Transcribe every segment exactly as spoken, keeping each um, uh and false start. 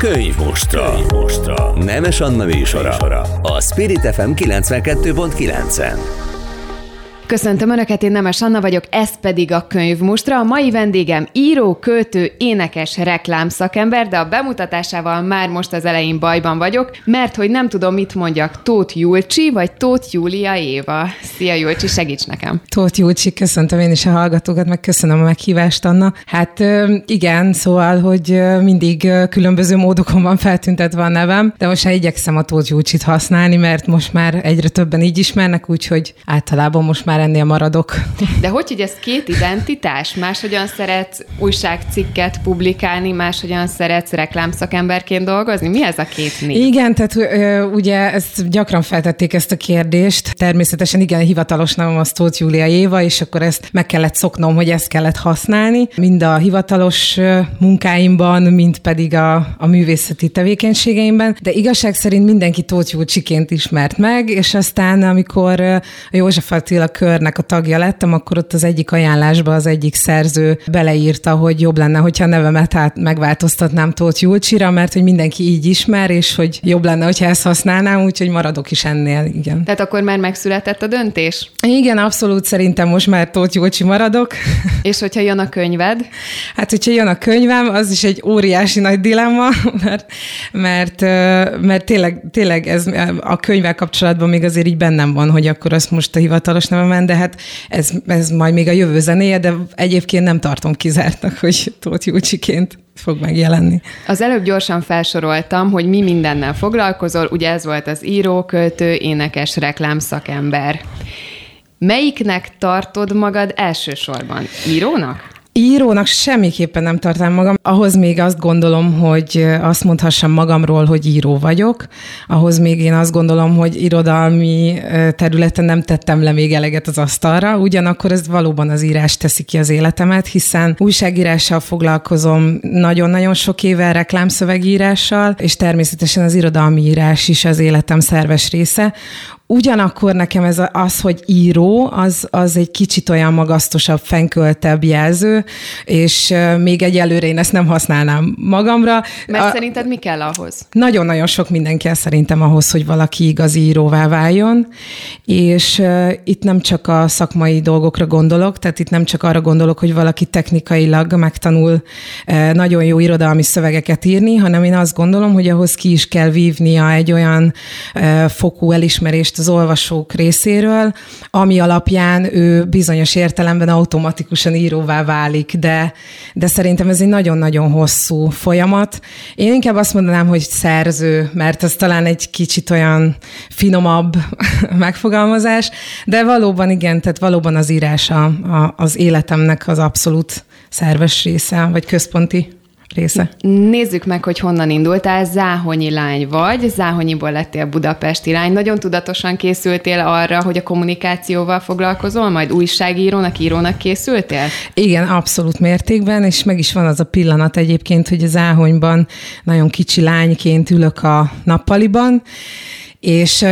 Könyvmustra. Könyvmustra. Nemes Anna műsora. A Spirit ef em kilencvenkettő pont kilencen. Köszöntöm Önöket, én Nemes Anna vagyok, ez pedig a Könyvmustra. A mai vendégem író, költő, énekes, reklámszakember, de a bemutatásával már most az elején bajban vagyok, mert hogy nem tudom, mit mondjak, Tóth Julcsi vagy Tóth Júlia Éva. Szia Julcsi, segíts nekem! Tóth Julcsi, köszöntöm én is a hallgatókat, meg köszönöm a meghívást, Anna. Hát igen, szóval, hogy mindig különböző módokon van feltüntetve a nevem, de most már igyekszem a Tóth Julcsit használni, mert most már egyre többen így ismernek, úgyhogy általában most már ennél maradok. De hogy, hogy ez két identitás? Máshogyan szeretsz újságcikket publikálni, máshogyan szeretsz reklámszakemberként dolgozni? Mi ez a két név? Igen, tehát ugye ezt gyakran feltették ezt a kérdést. Természetesen igen, hivatalos nevem az Tóth Júlia Éva, és akkor ezt meg kellett szoknom, hogy ezt kellett használni. Mind a hivatalos munkáimban, mind pedig a, a művészeti tevékenységeimben. De igazság szerint mindenki Tóth Julcsiként ismert meg, és aztán amikor a József Attila körnek a tagja lettem, akkor ott az egyik ajánlásba az egyik szerző beleírta, hogy jobb lenne, hogyha a nevemet át megváltoztatnám Tóth Julcsira, mert hogy mindenki így ismer, és hogy jobb lenne, hogyha ezt használnám, úgyhogy maradok is ennél, igen. Tehát akkor már megszületett a döntés? Igen, abszolút, szerintem most már Tóth Julcsi maradok. És hogyha jön a könyved? Hát, hogyha jön a könyvem, az is egy óriási nagy dilemma, mert, mert, mert tényleg, tényleg ez a könyvvel kapcsolatban még azért így bennem van, hogy akkor azt most a hivatalos nevemen, de hát ez, ez majd még a jövő zenéje, de egyébként nem tartom kizártnak, hogy Tóth Julcsiként fog megjelenni. Az előbb gyorsan felsoroltam, hogy mi mindennel foglalkozol, ugye ez volt az író, költő, énekes, reklámszakember. Melyiknek tartod magad elsősorban? Írónak? Írónak semmiképpen nem tartom magam. Ahhoz még azt gondolom, hogy azt mondhassam magamról, hogy író vagyok. Ahhoz még én azt gondolom, hogy irodalmi területen nem tettem le még eleget az asztalra. Ugyanakkor ez valóban az írás teszi ki az életemet, hiszen újságírással foglalkozom nagyon-nagyon sok éve, reklámszövegírással, és természetesen az irodalmi írás is az életem szerves része. Ugyanakkor nekem ez az, hogy író, az, az egy kicsit olyan magasztosabb, fenköltebb jelző, és még egyelőre én ezt nem használnám magamra. Mert a, szerinted mi kell ahhoz? Nagyon-nagyon sok minden kell szerintem ahhoz, hogy valaki igazi íróvá váljon, és uh, itt nem csak a szakmai dolgokra gondolok, tehát itt nem csak arra gondolok, hogy valaki technikailag megtanul uh, nagyon jó irodalmi szövegeket írni, hanem én azt gondolom, hogy ahhoz ki is kell vívnia egy olyan uh, fokú elismerést az olvasók részéről, ami alapján ő bizonyos értelemben automatikusan íróvá válik, de, de szerintem ez egy nagyon-nagyon hosszú folyamat. Én inkább azt mondanám, hogy szerző, mert ez talán egy kicsit olyan finomabb megfogalmazás, de valóban igen, tehát valóban az írás a, a, az életemnek az abszolút szerves része, vagy központi része. Nézzük meg, hogy honnan indultál. Záhonyi lány vagy, Záhonyiból lettél budapesti lány. Nagyon tudatosan készültél arra, hogy a kommunikációval foglalkozol, majd újságírónak, írónak készültél? Igen, abszolút mértékben, és meg is van az a pillanat egyébként, hogy a Záhonyban nagyon kicsi lányként ülök a nappaliban, és,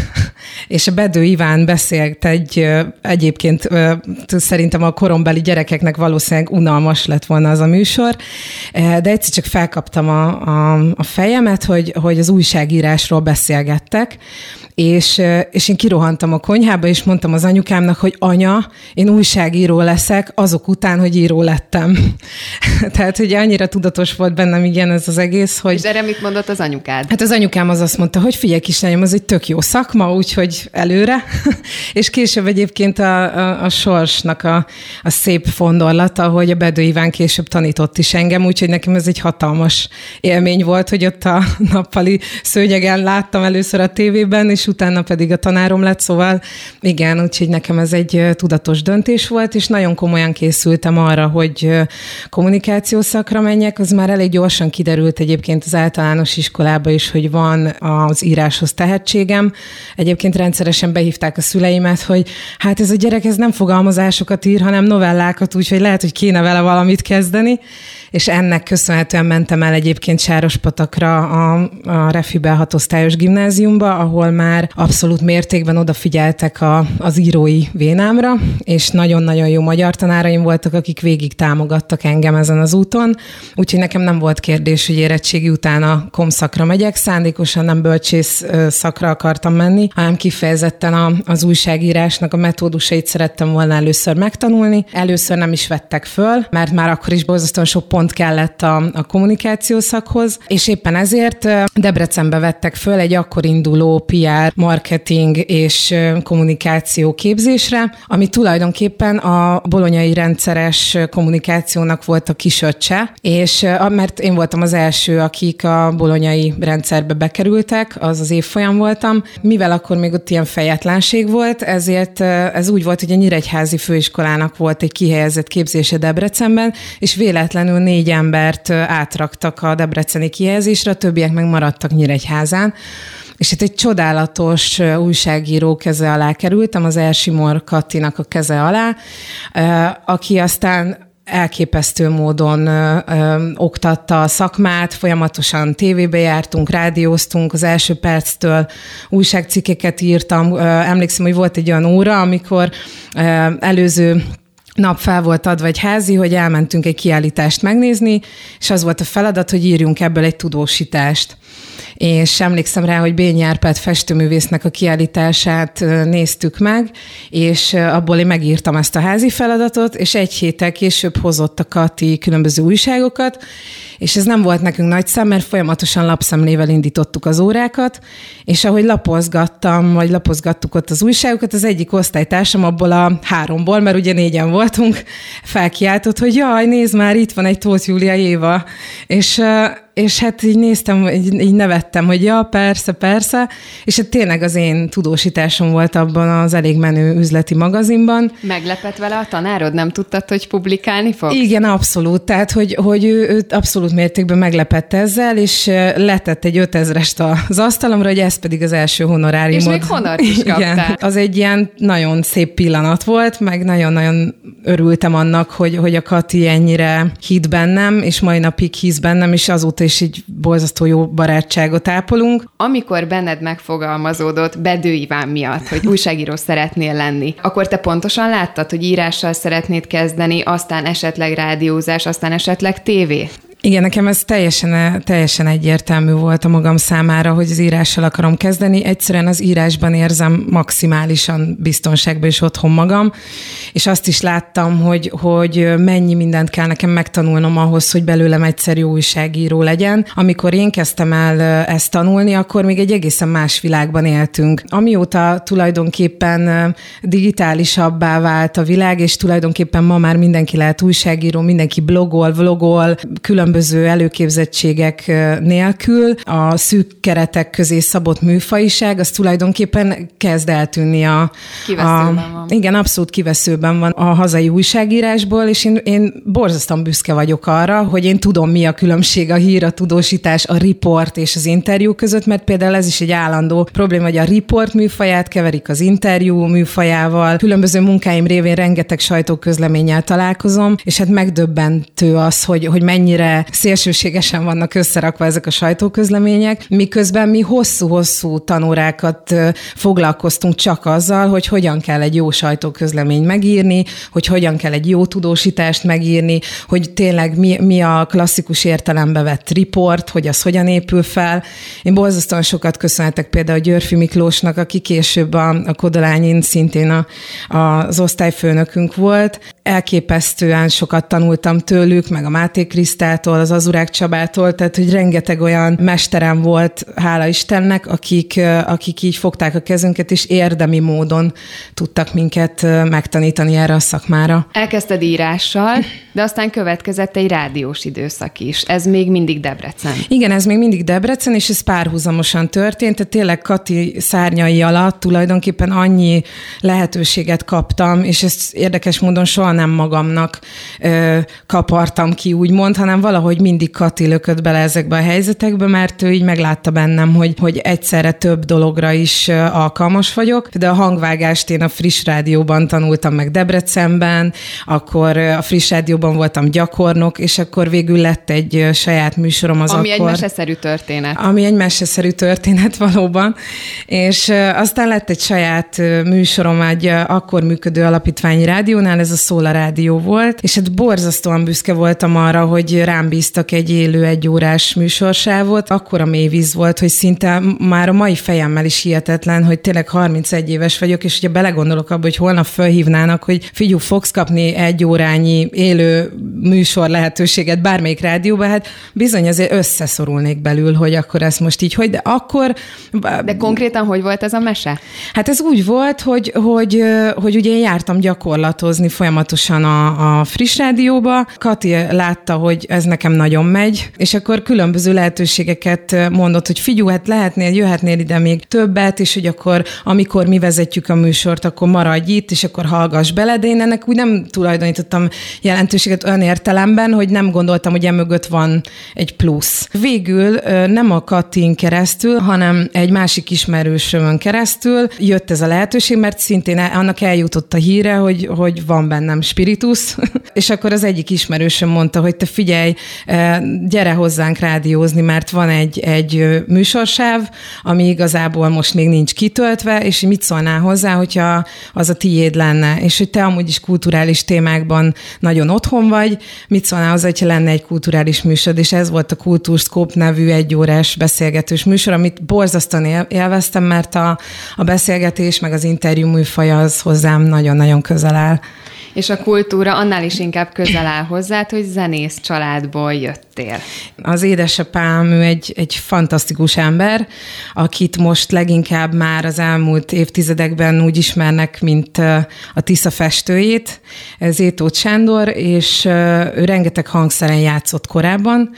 és a Bedő Iván beszélt egy, egyébként szerintem a korombeli gyerekeknek valószínűleg unalmas lett volna az a műsor, de egyszer csak felkaptam a, a, a fejemet, hogy, hogy az újságírásról beszélgettek, és, és én kirohantam a konyhába, és mondtam az anyukámnak, hogy anya, én újságíró leszek azok után, hogy író lettem. Tehát, hogy annyira tudatos volt bennem igen ez az egész, hogy... És erre mit mondott az anyukád? Hát az anyukám az azt mondta, hogy figyelj kislányom, az egy tök jó szakma, úgyhogy előre. És később egyébként a, a, a sorsnak a, a szép fondorlata, hogy a Bedő Iván később tanított is engem, úgyhogy nekem ez egy hatalmas élmény volt, hogy ott a nappali szőnyegen láttam először a tévében, és utána pedig a tanárom lett, szóval igen, úgyhogy nekem ez egy tudatos döntés volt, és nagyon komolyan készültem arra, hogy kommunikációs szakra menjek, az már elég gyorsan kiderült egyébként az általános iskolába is, hogy van az íráshoz tehetségem. Egyébként rendszeresen behívták a szüleimet, hogy hát ez a gyerek ez nem fogalmazásokat ír, hanem novellákat, úgyhogy lehet, hogy kéne vele valamit kezdeni. és ennek köszönhetően mentem el egyébként Sárospatakra a, a Refibe hatosztályos gimnáziumba, ahol már abszolút mértékben odafigyeltek a, az írói vénámra, és nagyon-nagyon jó magyar tanáraim voltak, akik végig támogattak engem ezen az úton, úgyhogy nekem nem volt kérdés, hogy érettségi után a komszakra megyek, szándékosan nem bölcsész szakra akartam menni, hanem kifejezetten a, az újságírásnak a metódusait szerettem volna először megtanulni. Először nem is vettek föl, mert már akkor is borzasztóan sok pont kellett a, a kommunikáció szakhoz, és éppen ezért Debrecenbe vettek föl egy akkor induló pé er, marketing és kommunikáció képzésre, ami tulajdonképpen a bolonyai rendszeres kommunikációnak volt a kisöccse, és mert én voltam az első, akik a bolonyai rendszerbe bekerültek, az az évfolyam voltam, mivel akkor még ott ilyen fejetlenség volt, ezért ez úgy volt, hogy a Nyíregyházi Főiskolának volt egy kihelyezett képzése Debrecenben, és véletlenül négy embert átraktak a debreceni kihelyezésre, a többiek meg maradtak Nyíregyházán. És itt egy csodálatos újságíró keze alá kerültem, az Ersimor Kattinak a keze alá, aki aztán elképesztő módon ö, ö, oktatta a szakmát, folyamatosan tévébe jártunk, rádióztunk, az első perctől újságcikkeket írtam. Ö, emlékszem, hogy volt egy olyan óra, amikor ö, előző nap fel volt adva egy házi, hogy elmentünk egy kiállítást megnézni, és az volt a feladat, hogy írjunk ebből egy tudósítást. És emlékszem rá, hogy Bényi Árpád festőművésznek a kiállítását néztük meg, és abból én megírtam ezt a házi feladatot, és egy héttel később hozott a Kati különböző újságokat, és ez nem volt nekünk nagy szám, mert folyamatosan lapszemlével indítottuk az órákat, és ahogy lapozgattam, vagy lapozgattuk ott az újságokat, az egyik osztálytársam abból a háromból, mert ugye négyen voltunk, felkiáltott, hogy jaj, nézd már, itt van egy Tóth Júlia Éva, és és hát így néztem, így, így nevettem, hogy ja, persze, persze, és hát tényleg az én tudósításom volt abban az elég menő üzleti magazinban. Meglepett vele a tanárod? Nem tudtad, hogy publikálni fog? Igen, abszolút, tehát, hogy, hogy ő, ő abszolút mértékben meglepett ezzel, és letett egy ötezrest az asztalomra, hogy ez pedig az első honoráriumod. És még honort is kaptál. Igen, az egy ilyen nagyon szép pillanat volt, meg nagyon-nagyon örültem annak, hogy, hogy a Kati ennyire hitt bennem, és mai napig hisz bennem, és azóta és így borzasztó jó barátságot ápolunk. Amikor benned megfogalmazódott Bedő Iván miatt, hogy újságíró szeretnél lenni, akkor te pontosan láttad, hogy írással szeretnéd kezdeni, aztán esetleg rádiózás, aztán esetleg tévé? Igen, nekem ez teljesen, teljesen egyértelmű volt a magam számára, hogy az írással akarom kezdeni. Egyszerűen az írásban érzem maximálisan biztonságban és otthon magam, és azt is láttam, hogy, hogy mennyi mindent kell nekem megtanulnom ahhoz, hogy belőlem egyszer jó újságíró legyen. Amikor én kezdtem el ezt tanulni, akkor még egy egészen más világban éltünk. Amióta tulajdonképpen digitálisabbá vált a világ, és tulajdonképpen ma már mindenki lehet újságíró, mindenki blogol, vlogol, különböző előképzettségek nélkül a szűk keretek közé szabott műfajiság, az tulajdonképpen kezd eltűnni a... Kiveszőben a, van. Igen, abszolút kiveszőben van a hazai újságírásból, és én, én borzasztóan büszke vagyok arra, hogy én tudom, mi a különbség a hír, a tudósítás, a riport és az interjú között, mert például ez is egy állandó probléma, hogy a riport műfaját keverik az interjú műfajával. Különböző munkáim révén rengeteg sajtóközleménnyel találkozom, és hát megdöbbentő az, hogy, hogy mennyire szélsőségesen vannak összerakva ezek a sajtóközlemények, miközben mi hosszú-hosszú tanórákat foglalkoztunk csak azzal, hogy hogyan kell egy jó sajtóközleményt megírni, hogy hogyan kell egy jó tudósítást megírni, hogy tényleg mi, mi a klasszikus értelembe vett riport, hogy az hogyan épül fel. Én borzasztóan sokat köszönhetek például Györfi Miklósnak, aki később a, a Kodolányin szintén a, a, az osztályfőnökünk volt. Elképesztően sokat tanultam tőlük, meg a Máté Krisztától, az Azurák Csabától, tehát hogy rengeteg olyan mesterem volt, hála Istennek, akik, akik így fogták a kezünket, és érdemi módon tudtak minket megtanítani erre a szakmára. Elkezdted írással, de aztán következett egy rádiós időszak is. Ez még mindig Debrecen. Igen, ez még mindig Debrecen, és ez párhuzamosan történt, tehát tényleg Kati szárnyai alatt tulajdonképpen annyi lehetőséget kaptam, és ezt érdekes módon soha nem magamnak ö, kapartam ki, úgymond, hanem valahogy mindig Kati lökött bele ezekbe a helyzetekbe, mert ő így meglátta bennem, hogy, hogy egyszerre több dologra is alkalmas vagyok. De a hangvágást én a Friss Rádióban tanultam meg Debrecenben, akkor a Friss Rádióban voltam gyakornok, és akkor végül lett egy saját műsorom az Ami akkor. egy meseszerű történet. Ami egy meseszerű történet valóban. És aztán lett egy saját műsorom egy akkor működő alapítványi rádiónál, ez a Szóla Rádió volt, és hát borzasztóan büszke voltam arra, hogy rám bíztak egy élő egyórás műsorsávot. Akkora mélyvíz volt, hogy szinte már a mai fejemmel is hihetetlen, hogy tényleg harmincegy éves vagyok, és ugye belegondolok abba, hogy holnap fölhívnának, hogy figyú, fogsz kapni egy órányi élő műsor lehetőséget bármelyik rádióba, hát bizony azért összeszorulnék belül, hogy akkor ezt most így, hogy de akkor... De konkrétan hogy volt ez a mese? Hát ez úgy volt, hogy, hogy, hogy ugye én jártam gyakorlatozni folyamatosan a, a Friss Rádióba. Kati látta, hogy ez nekem nagyon megy, és akkor különböző lehetőségeket mondott, hogy figyú, hát lehetnél, jöhetnél ide még többet, és hogy akkor amikor mi vezetjük a műsort, akkor maradj itt, és akkor hallgass bele, de én ennek úgy nem tulajdonítottam jelentőséget olyan értelemben, hogy nem gondoltam, hogy emögött van egy plusz. Végül nem a Katin keresztül, hanem egy másik ismerősömön keresztül jött ez a lehetőség, mert szintén annak eljutott a híre, hogy, hogy van bennem spiritus, és akkor az egyik ismerősöm mondta, hogy te figyelj, gyere hozzánk rádiózni, mert van egy, egy műsorsáv, ami igazából most még nincs kitöltve, és mit szólnál hozzá, hogyha az a tiéd lenne, és hogy te amúgy is kulturális témákban nagyon otthon vagy, mit szólnál hozzá, hogyha lenne egy kulturális műsor, és ez volt a Kultúrszkóp nevű egyórás beszélgetős műsor, amit borzasztóan élveztem, mert a, a beszélgetés, meg az interjú műfaja az hozzám nagyon-nagyon közel áll. És a kultúra annál is inkább közel áll hozzád, hogy zenész családból jöttél. Az édesapám, ő egy, egy fantasztikus ember, akit most leginkább már az elmúlt évtizedekben úgy ismernek, mint a Tisza festőjét, Zétóth Sándor, és ő rengeteg hangszeren játszott korábban.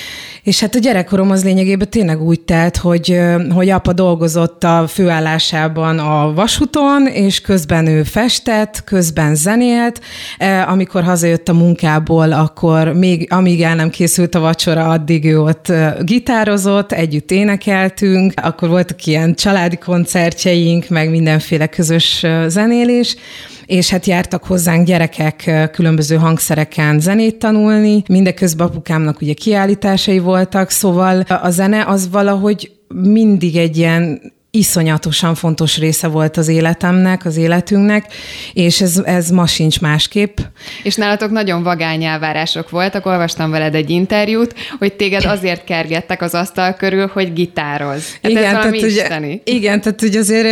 És hát a gyerekkorom az lényegében tényleg úgy telt, hogy, hogy apa dolgozott a főállásában a vasúton, és közben ő festett, közben zenélt. Amikor hazajött a munkából, akkor még amíg el nem készült a vacsora, addig ő ott gitározott, együtt énekeltünk, akkor voltak ilyen családi koncertjeink, meg mindenféle közös zenélés, és hát jártak hozzánk gyerekek különböző hangszereken zenét tanulni, mindeközben apukámnak ugye kiállításai voltak, szóval a zene az valahogy mindig egy ilyen iszonyatosan fontos része volt az életemnek, az életünknek, és ez, ez ma sincs másképp. És nálatok nagyon vagány elvárások voltak, olvastam veled egy interjút, hogy téged azért kergettek az asztal körül, hogy gitározz. Hát igen, ez valami tehát isteni. Ugye, igen, tehát ugye azért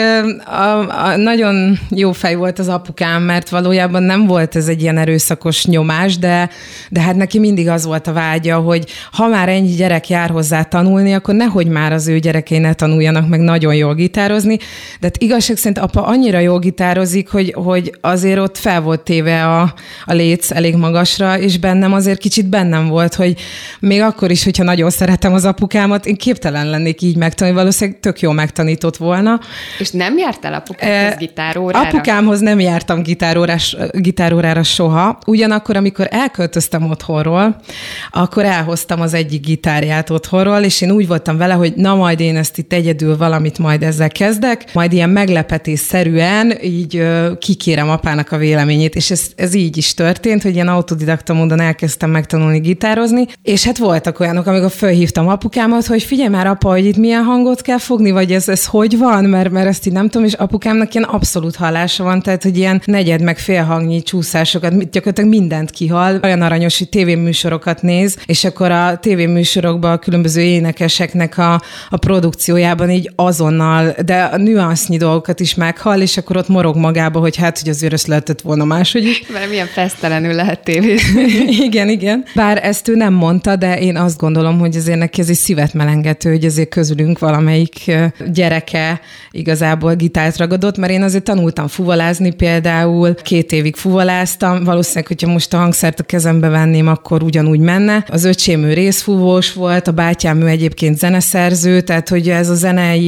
a, a, nagyon jó fej volt az apukám, mert valójában nem volt ez egy ilyen erőszakos nyomás, de, de hát neki mindig az volt a vágya, hogy ha már ennyi gyerek jár hozzá tanulni, akkor nehogy már az ő gyerekei ne tanuljanak meg nagyon jól gitározni, de hát igazság szerint apa annyira jól gitározik, hogy, hogy azért ott fel volt téve a, a léc elég magasra, és bennem azért kicsit bennem volt, hogy még akkor is, hogyha nagyon szeretem az apukámat, én képtelen lennék így megtanulni, valószínűleg tök jól megtanított volna. És nem jártál apukámhoz e, gitárórára? Apukámhoz nem jártam gitárórás, gitárórára soha, ugyanakkor, amikor elköltöztem otthonról, akkor elhoztam az egyik gitárját otthonról, és én úgy voltam vele, hogy na majd én ezt itt egyedül valamit majd ezzel kezdek, majd ilyen meglepetésszerűen így ö, kikérem apának a véleményét, és ez, ez így is történt, hogy ilyen autodidakta módon elkezdtem megtanulni gitározni, és hát voltak olyanok, amikor fölhívtam apukámat, hogy figyelj már apa, hogy itt milyen hangot kell fogni, vagy ez, ez hogy van, mert, mert ezt így nem tudom, és apukámnak ilyen abszolút hallása van, tehát hogy ilyen negyed meg félhangnyi csúszásokat, gyakorlatilag mindent kihall, olyan aranyos, hogy tévéműsorokat néz, és akkor a tévéműsorokban a különböző énekeseknek a, a produkciójában így azonnal, de a nüansznyi dolgokat is meghall, és akkor ott morog magába, hogy hát, hogy azért ezt lehetett volna máshogy is. Mert milyen fesztelenül lehet tévézni. Igen, igen. Bár ezt ő nem mondta, de én azt gondolom, hogy azért neki ez egy szívet melengető, hogy azért közülünk valamelyik gyereke igazából gitárt ragadott, mert én azért tanultam fuvolázni például, két évig fuvoláztam, valószínűleg, hogyha most a hangszert a kezembe venném, akkor ugyanúgy menne. Az öcsém ő részfúvós volt, a bátyám ő egyébként zeneszerző, tehát hogy ez a zenei vonal, ez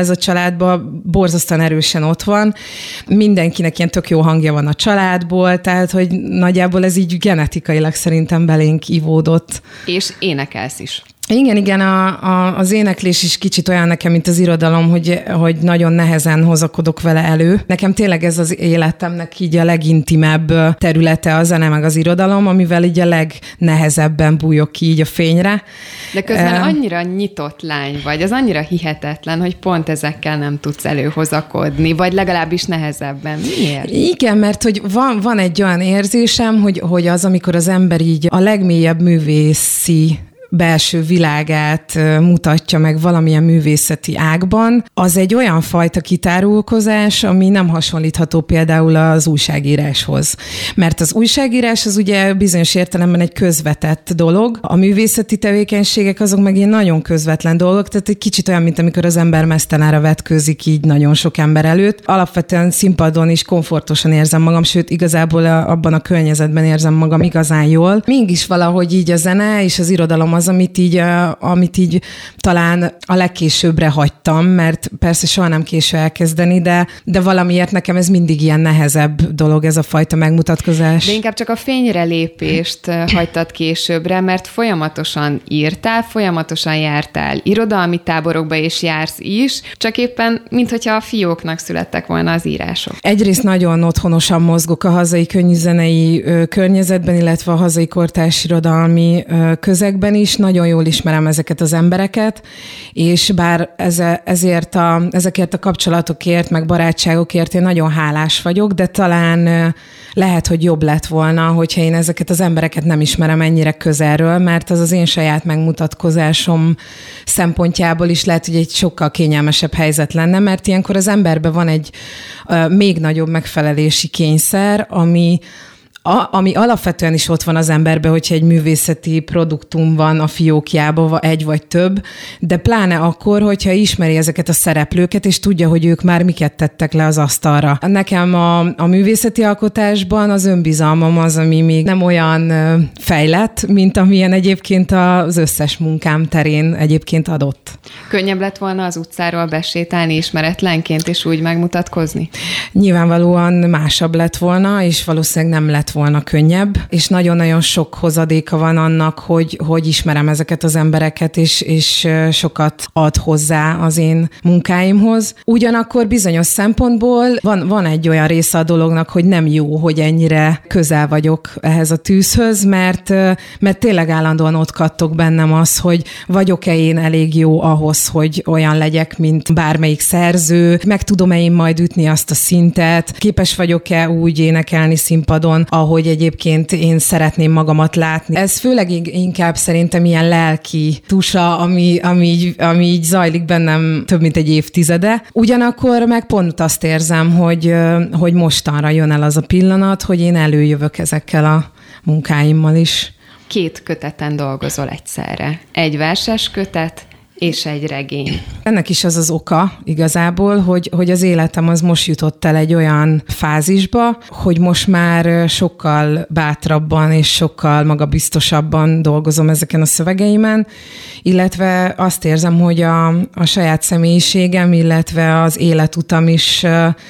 ez a családban borzasztóan erősen ott van. Mindenkinek ilyen tök jó hangja van a családból, tehát hogy nagyjából ez így genetikailag szerintem belénk ivódott. És énekelsz is. Igen, igen, a, a, az éneklés is kicsit olyan nekem, mint az irodalom, hogy, hogy nagyon nehezen hozakodok vele elő. Nekem tényleg ez az életemnek így a legintimebb területe a zene meg az irodalom, amivel így a legnehezebben bújok ki így a fényre. De közben uh, annyira nyitott lány vagy, az annyira hihetetlen, hogy pont ezekkel nem tudsz előhozakodni, vagy legalábbis nehezebben. Miért? Igen, mert hogy van, van egy olyan érzésem, hogy, hogy az, amikor az ember így a legmélyebb művészi belső világát mutatja meg valamilyen művészeti ágban, az egy olyan fajta kitárulkozás, ami nem hasonlítható például az újságíráshoz. Mert az újságírás az ugye bizonyos értelemben egy közvetett dolog, a művészeti tevékenységek azok meg ilyen nagyon közvetlen dolgok, tehát egy kicsit olyan, mint amikor az ember mesztenára vetkőzik így nagyon sok ember előtt. Alapvetően színpadon is komfortosan érzem magam, sőt igazából abban a környezetben érzem magam igazán jól. Mégis valahogy így a zene és az irodalom az, amit így, amit így talán a legkésőbbre hagytam, mert persze soha nem késő elkezdeni, de, de valamiért nekem ez mindig ilyen nehezebb dolog, ez a fajta megmutatkozás. De inkább csak a fényre lépést hagytad későbbre, mert folyamatosan írtál, folyamatosan jártál irodalmi táborokba, és jársz is, csak éppen, minthogyha a fióknak születtek volna az írások. Egyrészt nagyon otthonosan mozgok a hazai könnyűzenei környezetben, illetve a hazai kortárs irodalmi közegben is, nagyon jól ismerem ezeket az embereket, és bár ezért a, ezekért a kapcsolatokért, meg barátságokért én nagyon hálás vagyok, de talán lehet, hogy jobb lett volna, hogyha én ezeket az embereket nem ismerem ennyire közelről, mert az az én saját megmutatkozásom szempontjából is lehet, hogy egy sokkal kényelmesebb helyzet lenne, mert ilyenkor az emberben van egy uh, még nagyobb megfelelési kényszer, ami A, ami alapvetően is ott van az emberben, hogyha egy művészeti produktum van a fiókjában, egy vagy több, de pláne akkor, hogyha ismeri ezeket a szereplőket, és tudja, hogy ők már miket tettek le az asztalra. Nekem a, a művészeti alkotásban az önbizalmam az, ami még nem olyan fejlett, mint amilyen egyébként az összes munkám terén egyébként adott. Könnyebb lett volna az utcáról besétálni ismeretlenként, és úgy megmutatkozni? Nyilvánvalóan másabb lett volna, és valószínűleg nem lett volna könnyebb, és nagyon-nagyon sok hozadéka van annak, hogy, hogy ismerem ezeket az embereket, és, és sokat ad hozzá az én munkáimhoz. Ugyanakkor bizonyos szempontból van, van egy olyan része a dolognak, hogy nem jó, hogy ennyire közel vagyok ehhez a tűzhöz, mert, mert tényleg állandóan ott kattog bennem az, hogy vagyok-e én elég jó ahhoz, hogy olyan legyek, mint bármelyik szerző, meg tudom-e én majd ütni azt a szintet, képes vagyok-e úgy énekelni színpadon, ahogy egyébként én szeretném magamat látni. Ez főleg inkább szerintem ilyen lelki tusa, ami, ami, így, ami így zajlik bennem több mint egy évtizede. Ugyanakkor meg pont azt érzem, hogy, hogy mostanra jön el az a pillanat, hogy én előjövök ezekkel a munkáimmal is. Két köteten dolgozol egyszerre. Egy verses kötet, és egy regény. Ennek is az az oka igazából, hogy, hogy az életem az most jutott el egy olyan fázisba, hogy most már sokkal bátrabban és sokkal magabiztosabban dolgozom ezeken a szövegeimen, illetve azt érzem, hogy a, a saját személyiségem, illetve az életutam is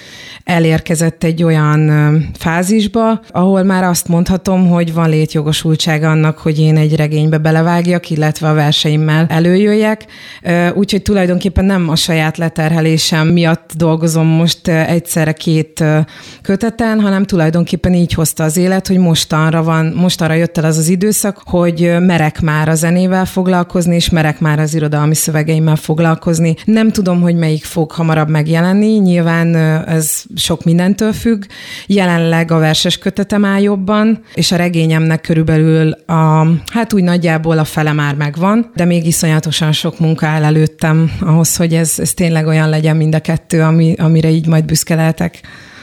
elérkezett egy olyan fázisba, ahol már azt mondhatom, hogy van létjogosultság annak, hogy én egy regénybe belevágjak, illetve a verseimmel előjöjjek. Úgyhogy tulajdonképpen nem a saját leterhelésem miatt dolgozom most egyszerre két köteten, hanem tulajdonképpen így hozta az élet, hogy mostanra van, mostanra jött el az az időszak, hogy merek már a zenével foglalkozni, és merek már az irodalmi szövegeimmel foglalkozni. Nem tudom, hogy melyik fog hamarabb megjelenni, nyilván ez sok mindentől függ. Jelenleg a verses kötetem áll jobban, és a regényemnek körülbelül a, hát úgy nagyjából a fele már megvan, de még iszonyatosan sok munka áll előttem ahhoz, hogy ez, ez tényleg olyan legyen mind a kettő, ami, amire így majd büszke lehetek.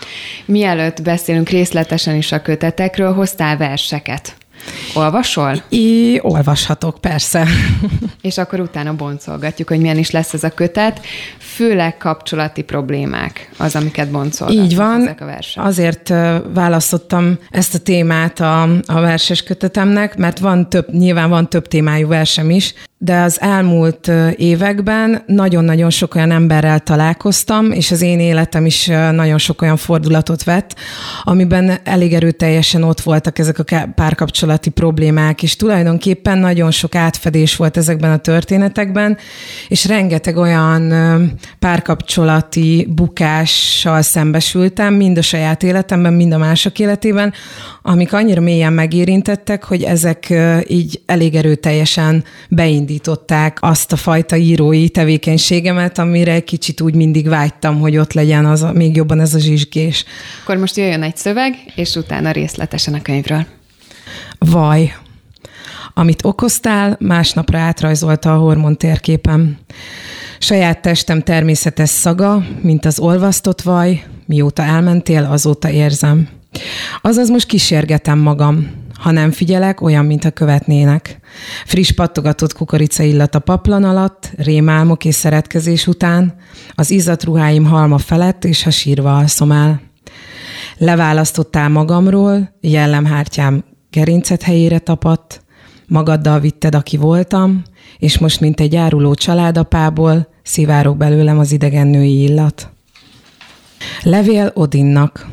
Mielőtt beszélünk részletesen is a kötetekről, hoztál verseket. Olvasol? I, olvashatok, persze. És akkor utána boncolgatjuk, hogy milyen is lesz ez a kötet. Főleg kapcsolati problémák az, amiket boncolgatnak. Így van. Ezek a versek. Azért választottam ezt a témát a, a verses kötetemnek, mert van több, nyilván van több témájú versem is, de az elmúlt években nagyon-nagyon sok olyan emberrel találkoztam, és az én életem is nagyon sok olyan fordulatot vett, amiben elég erőteljesen ott voltak ezek a párkapcsolati problémák, és tulajdonképpen nagyon sok átfedés volt ezekben a történetekben, és rengeteg olyan párkapcsolati bukással szembesültem, mind a saját életemben, mind a mások életében, amik annyira mélyen megérintettek, hogy ezek így elég erőteljesen beindították azt a fajta írói tevékenységemet, amire egy kicsit úgy mindig vágytam, hogy ott legyen az, még jobban ez a zsizsgés. Akkor most jöjjön egy szöveg, és utána részletesen a könyvről. Vaj. Amit okoztál, másnapra átrajzolta a hormon térképen. Saját testem természetes szaga, mint az olvasztott vaj, mióta elmentél, azóta érzem. Azaz most kísérgetem magam. Ha nem figyelek, olyan, mintha követnének. Friss pattogatott kukorica illat a paplan alatt, rémálmok és szeretkezés után, az izzadt ruháim halma felett, és ha sírva alszom el. Leválasztottál magamról, jellemhártyám gerincet helyére tapadt, magaddal vitted, aki voltam, és most, mint egy áruló családapából, szivárog belőlem az idegen női illat. Levél Odinnak.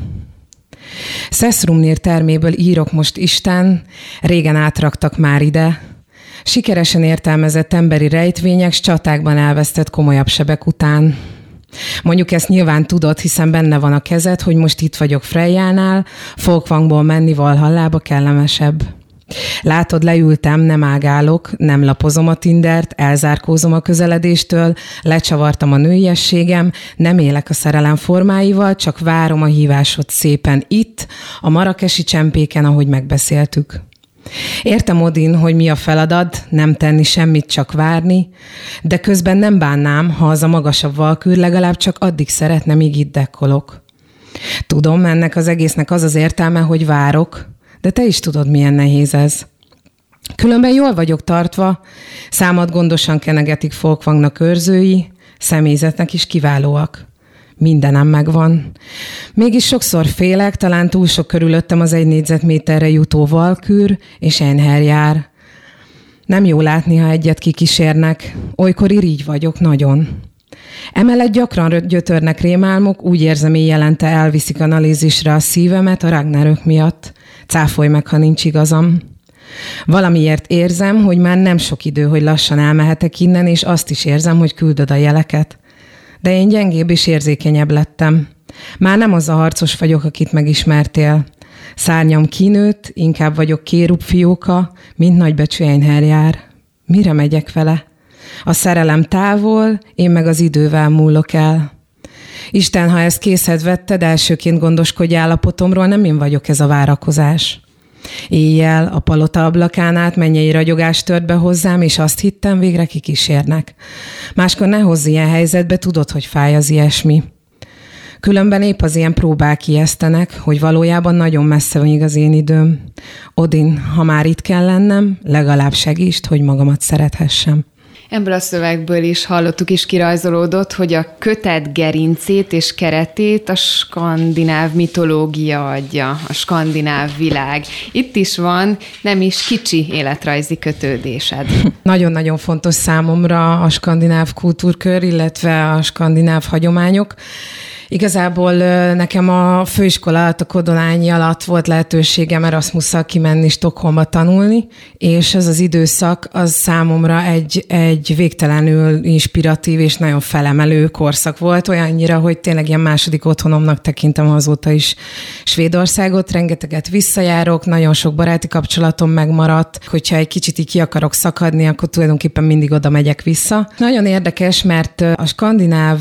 Szeszrumnír terméből írok most Isten, régen átraktak már ide. Sikeresen értelmezett emberi rejtvények, s csatákban elvesztett komolyabb sebek után. Mondjuk ezt nyilván tudod, hiszen benne van a kezed, hogy most itt vagyok Frejjánál, Folkvangból menni Valhallába kellemesebb. Látod, leültem, nem ágálok, nem lapozom a Tindert, elzárkózom a közeledéstől, lecsavartam a nőiességem, nem élek a szerelem formáival, csak várom a hívásod szépen itt, a marakesi csempéken, ahogy megbeszéltük. Értem, Odin, hogy mi a feladat, nem tenni semmit, csak várni, de közben nem bánnám, ha az a magasabb valkűr legalább csak addig szeretne, míg itt dekkolok. Tudom, ennek az egésznek az az értelme, hogy várok, de te is tudod, milyen nehéz ez. Különben jól vagyok tartva, számat gondosan kenegetik Folkvangnak őrzői, személyzetnek is kiválóak. Mindenem megvan. Mégis sokszor félek, talán túl sok körülöttem az egy négyzetméterre jutó valkűr, és Einherjar. Nem jó látni, ha egyet kikísérnek. Olykor irigy vagyok, nagyon. Emellett gyakran gyötörnek rémálmok, úgy érzem, éjjelente elviszik analízisre a szívemet a Ragnarök miatt. Cáfolj meg, ha nincs igazam. Valamiért érzem, hogy már nem sok idő, hogy lassan elmehetek innen, és azt is érzem, hogy küldöd a jeleket. De én gyengébb és érzékenyebb lettem. Már nem az a harcos vagyok, akit megismertél. Szárnyam kinőtt, inkább vagyok kérub fióka, mint nagybecsű Einherjar. Mire megyek vele? A szerelem távol, én meg az idővel múlok el. Isten, ha ezt készed vetted, elsőként gondoskodj állapotomról, nem én vagyok ez a várakozás. Éjjel a palota ablakán át mennyei ragyogás tört be hozzám, és azt hittem, végre kikísérnek. Máskor ne hozz ilyen helyzetbe, tudod, hogy fáj az ilyesmi. Különben épp az ilyen próbák ijesztenek, hogy valójában nagyon messze van az én időm. Odin, ha már itt kell lennem, legalább segítsd, hogy magamat szerethessem. Ebből a szövegből is hallottuk, is kirajzolódott, hogy a kötet gerincét és keretét a skandináv mitológia adja, a skandináv világ. Itt is van nem is kicsi életrajzi kötődésed. Nagyon-nagyon fontos számomra a skandináv kultúrkör, illetve a skandináv hagyományok. Igazából nekem a főiskola alatt, a Kodolányi alatt volt lehetőségem Erasmusszal kimenni Stockholmba tanulni, és ez az időszak az számomra egy, egy végtelenül inspiratív és nagyon felemelő korszak volt, olyannyira, hogy tényleg ilyen második otthonomnak tekintem azóta is Svédországot, rengeteget visszajárok, nagyon sok baráti kapcsolatom megmaradt, hogyha egy kicsit így ki akarok szakadni, akkor tulajdonképpen mindig oda megyek vissza. Nagyon érdekes, mert a skandináv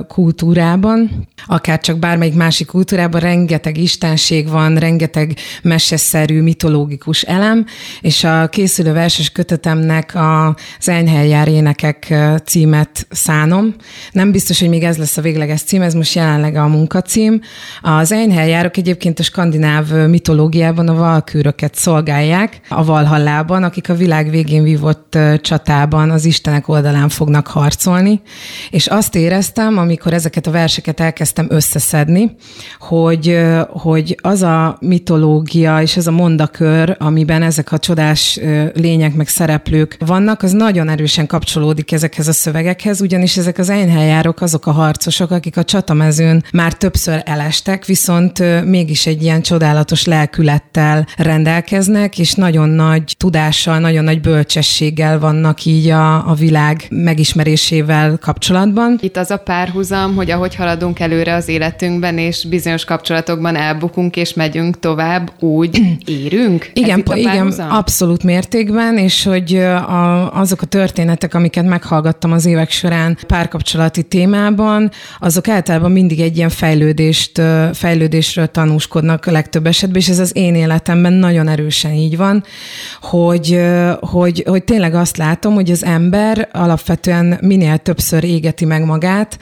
kultúrában, akár csak bármelyik másik kultúrában rengeteg istenség van, rengeteg meseszerű, mitológikus elem, és a készülő verses kötetemnek az Einherjar énekek címet szánom. Nem biztos, hogy még ez lesz a végleges cím, ez most jelenleg a munkacím. Az Einherjarok egyébként a skandináv mitológiában a valkűröket szolgálják a Valhallában, akik a világ végén vívott csatában az istenek oldalán fognak harcolni, és azt éreztem, amikor ezeket a verseket elkezdtem igyekeztem összeszedni, hogy, hogy az a mitológia és ez a mondakör, amiben ezek a csodás lények meg szereplők vannak, az nagyon erősen kapcsolódik ezekhez a szövegekhez, ugyanis ezek az enyheljárok azok a harcosok, akik a csatamezőn már többször elestek, viszont mégis egy ilyen csodálatos lelkülettel rendelkeznek, és nagyon nagy tudással, nagyon nagy bölcsességgel vannak így a, a világ megismerésével kapcsolatban. Itt az a párhuzam, hogy ahogy haladunk előre az életünkben, és bizonyos kapcsolatokban elbukunk, és megyünk tovább, úgy érünk? Igen, igen, abszolút mértékben, és hogy a, azok a történetek, amiket meghallgattam az évek során párkapcsolati témában, azok általában mindig egy ilyen fejlődést, fejlődésről tanúskodnak a legtöbb esetben, és ez az én életemben nagyon erősen így van, hogy, hogy, hogy tényleg azt látom, hogy az ember alapvetően minél többször égeti meg magát,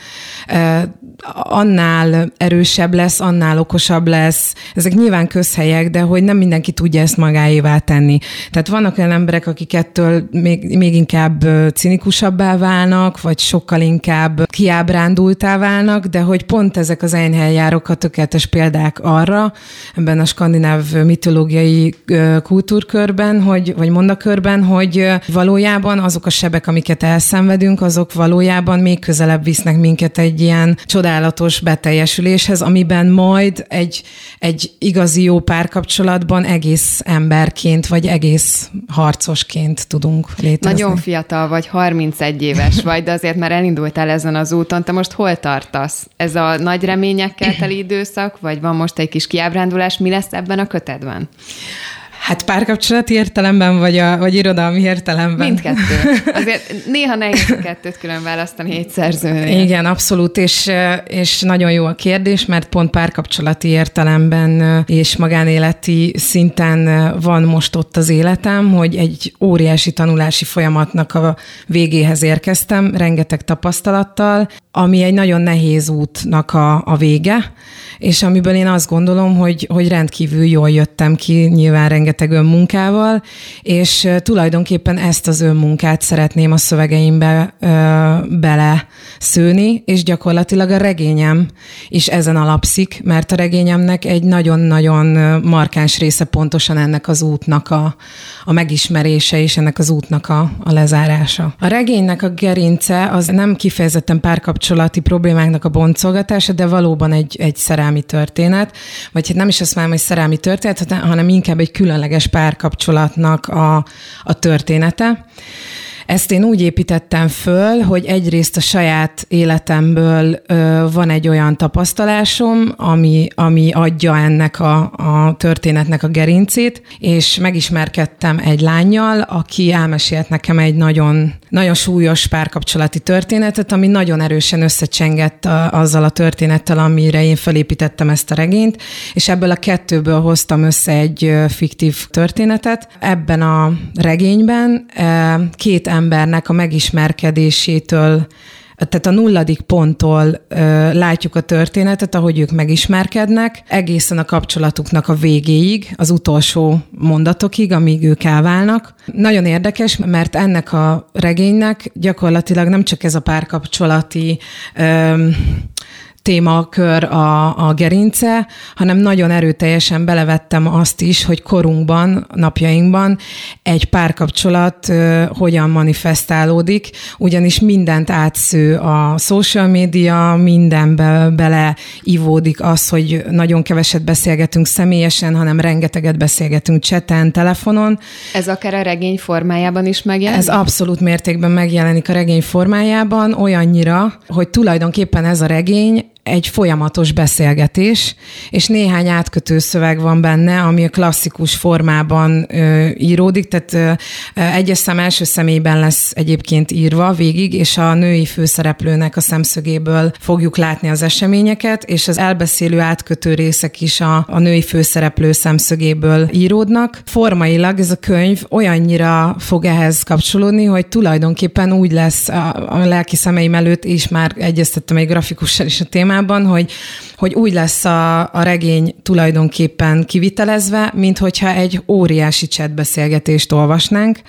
annál erősebb lesz, annál okosabb lesz. Ezek nyilván közhelyek, de hogy nem mindenki tudja ezt magáévá tenni. Tehát vannak olyan emberek, akik ettől még, még inkább cinikusabbá válnak, vagy sokkal inkább kiábrándultá válnak, de hogy pont ezek az enyheljárok a tökéletes példák arra, ebben a skandináv mitológiai kultúrkörben, hogy, vagy mondakörben, hogy valójában azok a sebek, amiket elszenvedünk, azok valójában még közelebb visznek minket egy ilyen csodálatos beteljesüléshez, amiben majd egy, egy igazi jó párkapcsolatban egész emberként, vagy egész harcosként tudunk létezni. Nagyon fiatal vagy, harmincegy éves vagy, de azért már elindultál ezen az úton. Te most hol tartasz? Ez a nagy reményekkel teli időszak, vagy van most egy kis kiábrándulás? Mi lesz ebben a kötetben? Hát párkapcsolati értelemben, vagy, a, vagy irodalmi értelemben? Mindkettő. Azért néha nehéz a kettőt külön választani egy szerzőnél. Igen, abszolút, és, és nagyon jó a kérdés, mert pont párkapcsolati értelemben és magánéleti szinten van most ott az életem, hogy egy óriási tanulási folyamatnak a végéhez érkeztem, rengeteg tapasztalattal, ami egy nagyon nehéz útnak a, a vége, és amiből én azt gondolom, hogy, hogy rendkívül jól jöttem ki, nyilván rengeteg önmunkával, és tulajdonképpen ezt az önmunkát szeretném a szövegeimbe ö, bele szőni, és gyakorlatilag a regényem is ezen alapszik, mert a regényemnek egy nagyon-nagyon markáns része pontosan ennek az útnak a, a megismerése, és ennek az útnak a, a lezárása. A regénynek a gerince az nem kifejezetten párkapcsolati problémáknak a boncolgatása, de valóban egy, egy szerelmi történet, vagy hát nem is azt mondom, hogy szerelmi történet, hanem inkább egy különleges párkapcsolatnak a, a története. Ezt én úgy építettem föl, hogy egyrészt a saját életemből ö, van egy olyan tapasztalásom, ami, ami adja ennek a, a történetnek a gerincét, és megismerkedtem egy lánnyal, aki elmesélt nekem egy nagyon, nagyon súlyos párkapcsolati történetet, ami nagyon erősen összecsengett a, azzal a történettel, amire én felépítettem ezt a regényt, és ebből a kettőből hoztam össze egy fiktív történetet. Ebben a regényben két embernek a megismerkedésétől, tehát a nulladik ponttól ö, látjuk a történetet, ahogy ők megismerkednek, egészen a kapcsolatuknak a végéig, az utolsó mondatokig, amíg ők elválnak. Nagyon érdekes, mert ennek a regénynek gyakorlatilag nem csak ez a párkapcsolati ö, témakör a, a gerince, hanem nagyon erőteljesen belevettem azt is, hogy korunkban, napjainkban egy párkapcsolat uh, hogyan manifestálódik, ugyanis mindent átsző a social media, mindenbe beleivódik az, hogy nagyon keveset beszélgetünk személyesen, hanem rengeteget beszélgetünk chaten, telefonon. Ez akár a regény formájában is megjelenik? Ez abszolút mértékben megjelenik a regény formájában, olyannyira, hogy tulajdonképpen ez a regény egy folyamatos beszélgetés, és néhány átkötő szöveg van benne, ami a klasszikus formában ö, íródik, tehát ö, egyes szám első személyben lesz egyébként írva végig, és a női főszereplőnek a szemszögéből fogjuk látni az eseményeket, és az elbeszélő átkötő részek is a, a női főszereplő szemszögéből íródnak. Formailag ez a könyv olyannyira fog ehhez kapcsolódni, hogy tulajdonképpen úgy lesz a, a lelki szemeim előtt, és már egyeztettem egy grafikussal is a témát, formában, hogy, hogy úgy lesz a, a regény tulajdonképpen kivitelezve, mint hogyha egy óriási chatbeszélgetést olvasnánk,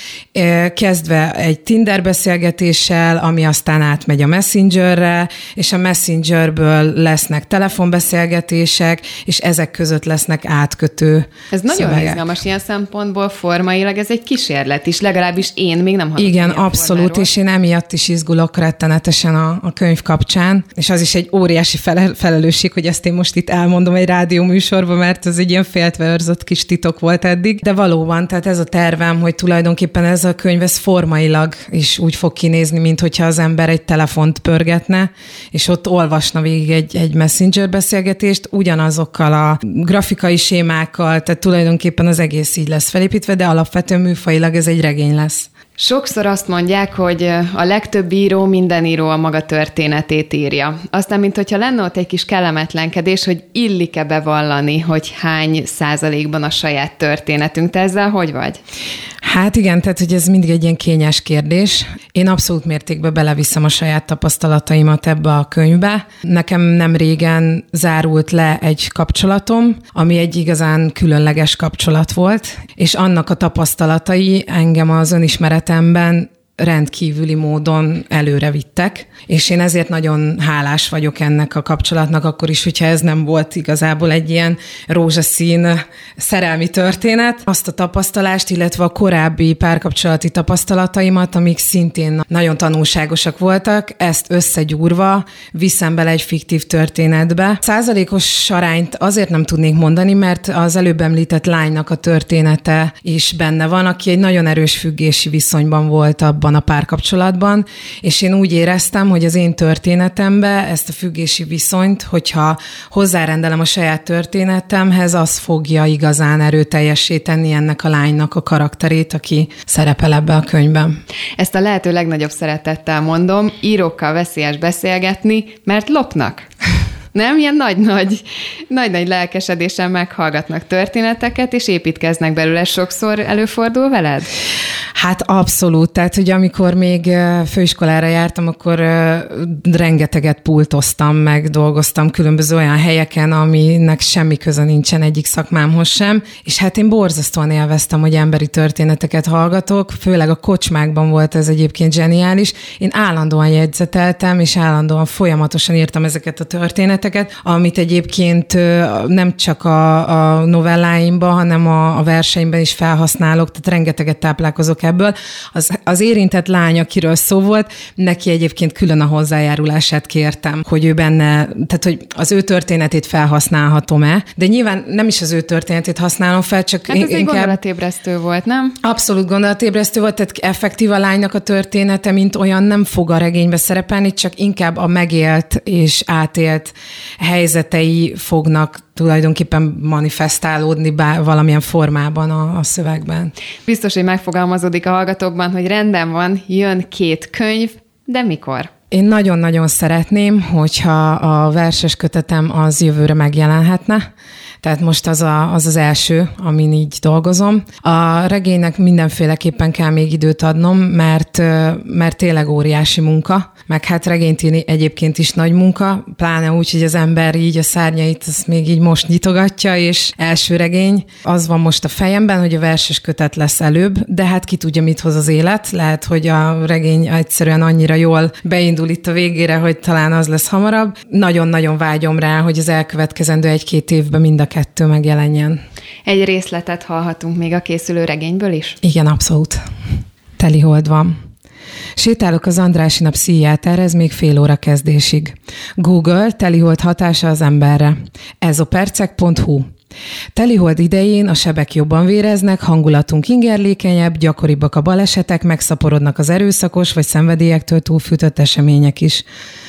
kezdve egy Tinder beszélgetéssel, ami aztán átmegy a Messengerre, és a Messengerből lesznek telefonbeszélgetések, és ezek között lesznek átkötő Ez nagyon szövegek. izgalmas ilyen szempontból, formailag ez egy kísérlet is, legalábbis én még nem hallottam. Igen, abszolút, formáról. És én emiatt is izgulok rettenetesen a, a könyv kapcsán, és az is egy óriási fele, felelősség, hogy ezt én most itt elmondom egy rádió műsorban, mert ez egy ilyen féltve őrzött kis titok volt eddig, de valóban, tehát ez a tervem, hogy tulajdonképpen ez a könyv ez formailag is úgy fog kinézni, mint hogyha az ember egy telefont pörgetne, és ott olvasna végig egy, egy Messenger beszélgetést, ugyanazokkal a grafikai sémákkal, tehát tulajdonképpen az egész így lesz felépítve, de alapvetően műfajilag ez egy regény lesz. Sokszor azt mondják, hogy a legtöbb író, minden író a maga történetét írja. Aztán, mint hogyha lenne ott egy kis kellemetlenkedés, hogy illik-e bevallani, hogy hány százalékban a saját történetünk. Te ezzel hogy vagy? Hát igen, tehát hogy ez mindig egy ilyen kényes kérdés. Én abszolút mértékben beleviszem a saját tapasztalataimat ebbe a könyvbe. Nekem nem régen zárult le egy kapcsolatom, ami egy igazán különleges kapcsolat volt, és annak a tapasztalatai engem az önismeretemben rendkívüli módon előre vittek, és én ezért nagyon hálás vagyok ennek a kapcsolatnak, akkor is, hogyha ez nem volt igazából egy ilyen rózsaszín szerelmi történet. Azt a tapasztalást, illetve a korábbi párkapcsolati tapasztalataimat, amik szintén nagyon tanulságosak voltak, ezt összegyúrva viszem bele egy fiktív történetbe. Százalékos arányt azért nem tudnék mondani, mert az előbb említett lánynak a története is benne van, aki egy nagyon erős függési viszonyban volt abban a párkapcsolatban, és én úgy éreztem, hogy az én történetembe ezt a függési viszonyt, hogyha hozzárendelem a saját történetemhez, az fogja igazán erőteljessé tenni ennek a lánynak a karakterét, aki szerepel ebbe a könyvben. Ezt a lehető legnagyobb szeretettel mondom, írókkal veszélyes beszélgetni, mert lopnak. Nem? Ilyen nagy-nagy, nagy-nagy lelkesedésen meghallgatnak történeteket, és építkeznek belőle. Sokszor előfordul veled? Hát abszolút. Tehát, hogy amikor még főiskolára jártam, akkor rengeteget pultoztam, meg dolgoztam különböző olyan helyeken, aminek semmi köze nincsen egyik szakmámhoz sem, és hát én borzasztóan élveztem, hogy emberi történeteket hallgatok, főleg a kocsmákban volt ez egyébként zseniális. Én állandóan jegyzeteltem, és állandóan folyamatosan írtam ezeket a történeteket, amit egyébként nem csak a, a novelláimban, hanem a, a verseimben is felhasználok, tehát rengeteget táplálkozok ebből. Az, az érintett lány, akiről szó volt, neki egyébként külön a hozzájárulását kértem, hogy ő benne, tehát hogy az ő történetét felhasználhatom-e, de nyilván nem is az ő történetét használom fel, csak hát ez inkább... egy gondolatébresztő volt, nem? Abszolút gondolatébresztő volt, tehát effektív a lánynak a története, mint olyan nem fog a regénybe szerepelni, csak inkább a megélt és átélt helyzetei fognak tulajdonképpen manifestálódni bár valamilyen formában a, a szövegben. Biztos, hogy megfogalmazódik a hallgatókban, hogy rendben van, jön két könyv, de mikor? Én nagyon-nagyon szeretném, hogyha a verses kötetem az jövőre megjelenhetne. Tehát most az, a, az az első, amin így dolgozom. A regénynek mindenféleképpen kell még időt adnom, mert, mert tényleg óriási munka, meg hát regényt írni egyébként is nagy munka, pláne úgy, hogy az ember így a szárnyait azt még így most nyitogatja, és első regény. Az van most a fejemben, hogy a verses kötet lesz előbb, de hát ki tudja, mit hoz az élet. Lehet, hogy a regény egyszerűen annyira jól beindul itt a végére, hogy talán az lesz hamarabb. Nagyon-nagyon vágyom rá, hogy az elkövetkezendő egy-két évben mind a kettő megjelenjen. Egy részletet hallhatunk még a készülő regényből is? Igen, abszolút. Telihold van. Sétálok az Andrássy nap pszichiáterhez még fél óra kezdésig. Google, telihold hatása az emberre. ezopercek pont hu. Telihold idején a sebek jobban véreznek, hangulatunk ingerlékenyebb, gyakoribbak a balesetek, megszaporodnak az erőszakos vagy szenvedélyektől túlfűtött események is.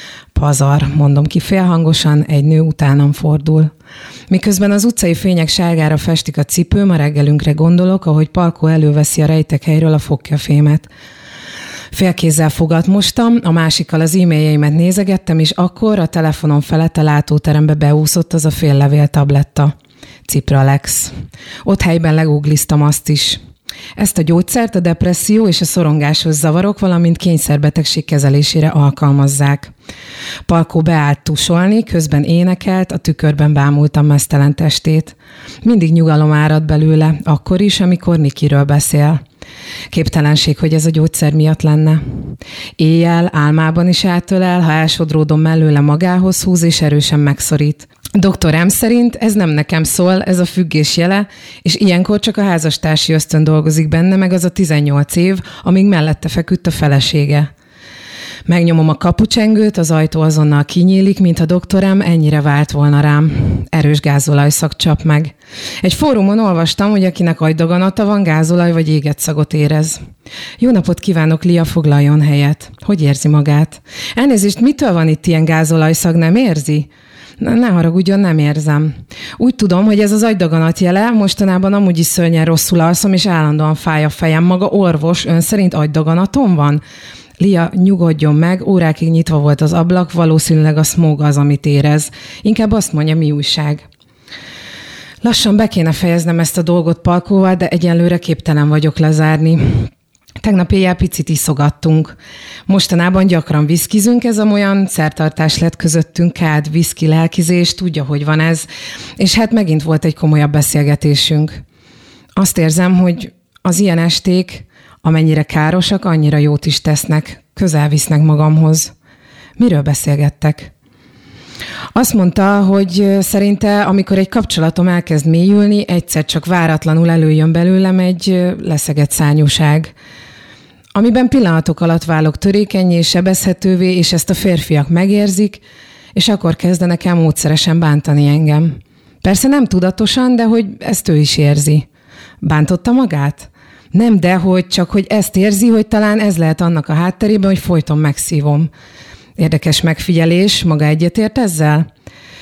Pazar, mondom ki félhangosan, egy nő utánam fordul. Miközben az utcai fények sárgára festik a cipőm, a reggelünkre gondolok, ahogy Palkó előveszi a rejtek helyről a fogkefémet. Félkézzel fogat mostam, a másikkal az e-mailjeimet nézegettem, és akkor a telefonom felett a látóterembe beúszott az a fél levél tabletta. Cipra Lex. Ott helyben legoogliztam azt is. Ezt a gyógyszert a depresszió és a szorongásos zavarok, valamint kényszerbetegség kezelésére alkalmazzák. Palkó beállt tusolni, közben énekelt, a tükörben bámulta meztelen testét. Mindig nyugalom árad belőle, akkor is, amikor Nikiről beszél. Képtelenség, hogy ez a gyógyszer miatt lenne. Éjjel, álmában is átölel, ha elsodródom mellőle magához húz és erősen megszorít. doktor M szerint ez nem nekem szól, ez a függés jele, és ilyenkor csak a házastársi ösztön dolgozik benne, meg az a tizennyolc év, amíg mellette feküdt a felesége. Megnyomom a kapucsengőt, az ajtó azonnal kinyílik, mintha doktorám ennyire vált volna rám. Erős gázolajszag csap meg. Egy fórumon olvastam, hogy akinek agydaganata van, gázolaj vagy éget szagot érez. Jó napot kívánok, Lia, foglaljon helyet. Hogy érzi magát? Elnézést, mitől van itt ilyen gázolajszag, nem érzi? Ne, ne haragudjon, nem érzem. Úgy tudom, hogy ez az agydaganat jele, mostanában amúgy is szörnyen rosszul alszom, és állandóan fáj a fejem. Maga orvos, ön szerint agydaganatom van? Lia, nyugodjon meg, órákig nyitva volt az ablak, valószínűleg a smog az, amit érez. Inkább azt mondja, mi újság. Lassan be kéne fejeznem ezt a dolgot Palkóval, de egyenlőre képtelen vagyok lezárni. Tegnap éjjel picit iszogattunk. Mostanában gyakran viszkizünk, ez amolyan szertartás lett közöttünk, kád, viszki, lelkizés, tudja, hogy van ez. És hát megint volt egy komolyabb beszélgetésünk. Azt érzem, hogy az ilyen esték, amennyire károsak, annyira jót is tesznek, közel visznek magamhoz. Miről beszélgettek? Azt mondta, hogy szerinte, amikor egy kapcsolatom elkezd mélyülni, egyszer csak váratlanul előjön belőlem egy leszegett szányúság, amiben pillanatok alatt válok törékenyé, sebezhetővé, és ezt a férfiak megérzik, és akkor kezdenek el módszeresen bántani engem. Persze nem tudatosan, de hogy ezt ő is érzi. Bántotta magát? Nem, de hogy csak, hogy ezt érzi, hogy talán ez lehet annak a hátterében, hogy folyton megszívom. Érdekes megfigyelés, maga egyetért ezzel?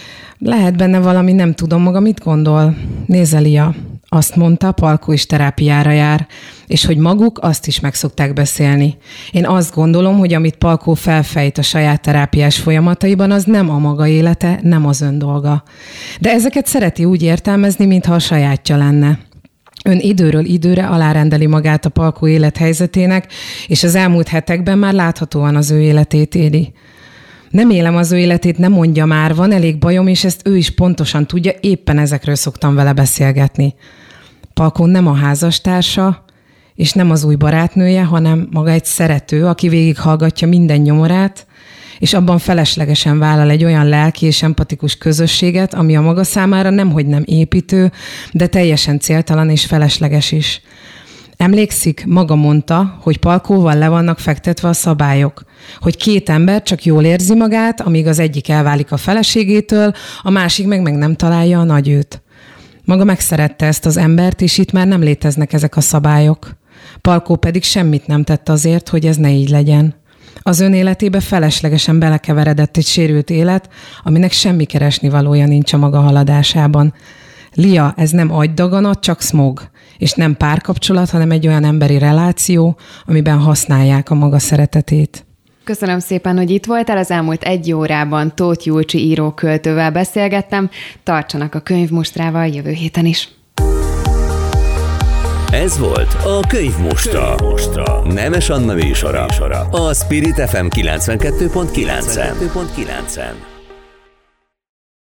Lehet benne valami, nem tudom maga, mit gondol. Nézze, Lia, azt mondta, Palkó is terápiára jár, és hogy maguk azt is meg szokták beszélni. Én azt gondolom, hogy amit Palkó felfejt a saját terápiás folyamataiban, az nem a maga élete, nem az ön dolga. De ezeket szereti úgy értelmezni, mintha a sajátja lenne. Ön időről időre alárendeli magát a Palkó élethelyzetének, és az elmúlt hetekben már láthatóan az ő életét éli. Nem élem az ő életét, nem mondja már, van elég bajom, és ezt ő is pontosan tudja, éppen ezekről szoktam vele beszélgetni. Palkó nem a házastársa, és nem az új barátnője, hanem maga egy szerető, aki végighallgatja minden nyomorát, és abban feleslegesen vállal egy olyan lelki és empatikus közösséget, ami a maga számára nemhogy nem építő, de teljesen céltalan és felesleges is. Emlékszik, maga mondta, hogy Palkóval le vannak fektetve a szabályok, hogy két ember csak jól érzi magát, amíg az egyik elválik a feleségétől, a másik meg meg nem találja a nagyőt. Maga megszerette ezt az embert, és itt már nem léteznek ezek a szabályok. Palkó pedig semmit nem tett azért, hogy ez ne így legyen. Az ön életébe feleslegesen belekeveredett egy sérült élet, aminek semmi keresnivalója nincs a maga haladásában. Lia, ez nem agydaganat, csak smog, és nem párkapcsolat, hanem egy olyan emberi reláció, amiben használják a maga szeretetét. Köszönöm szépen, hogy itt voltál. Az elmúlt egy órában Tóth Julcsi író-költővel beszélgettem. Tartsanak a Könyvmostrával jövő héten is. Ez volt a Könyvmostra. Könyvmostra. Nemes Anna műsora. A Spirit ef em kilencvenkettő pont kilencen.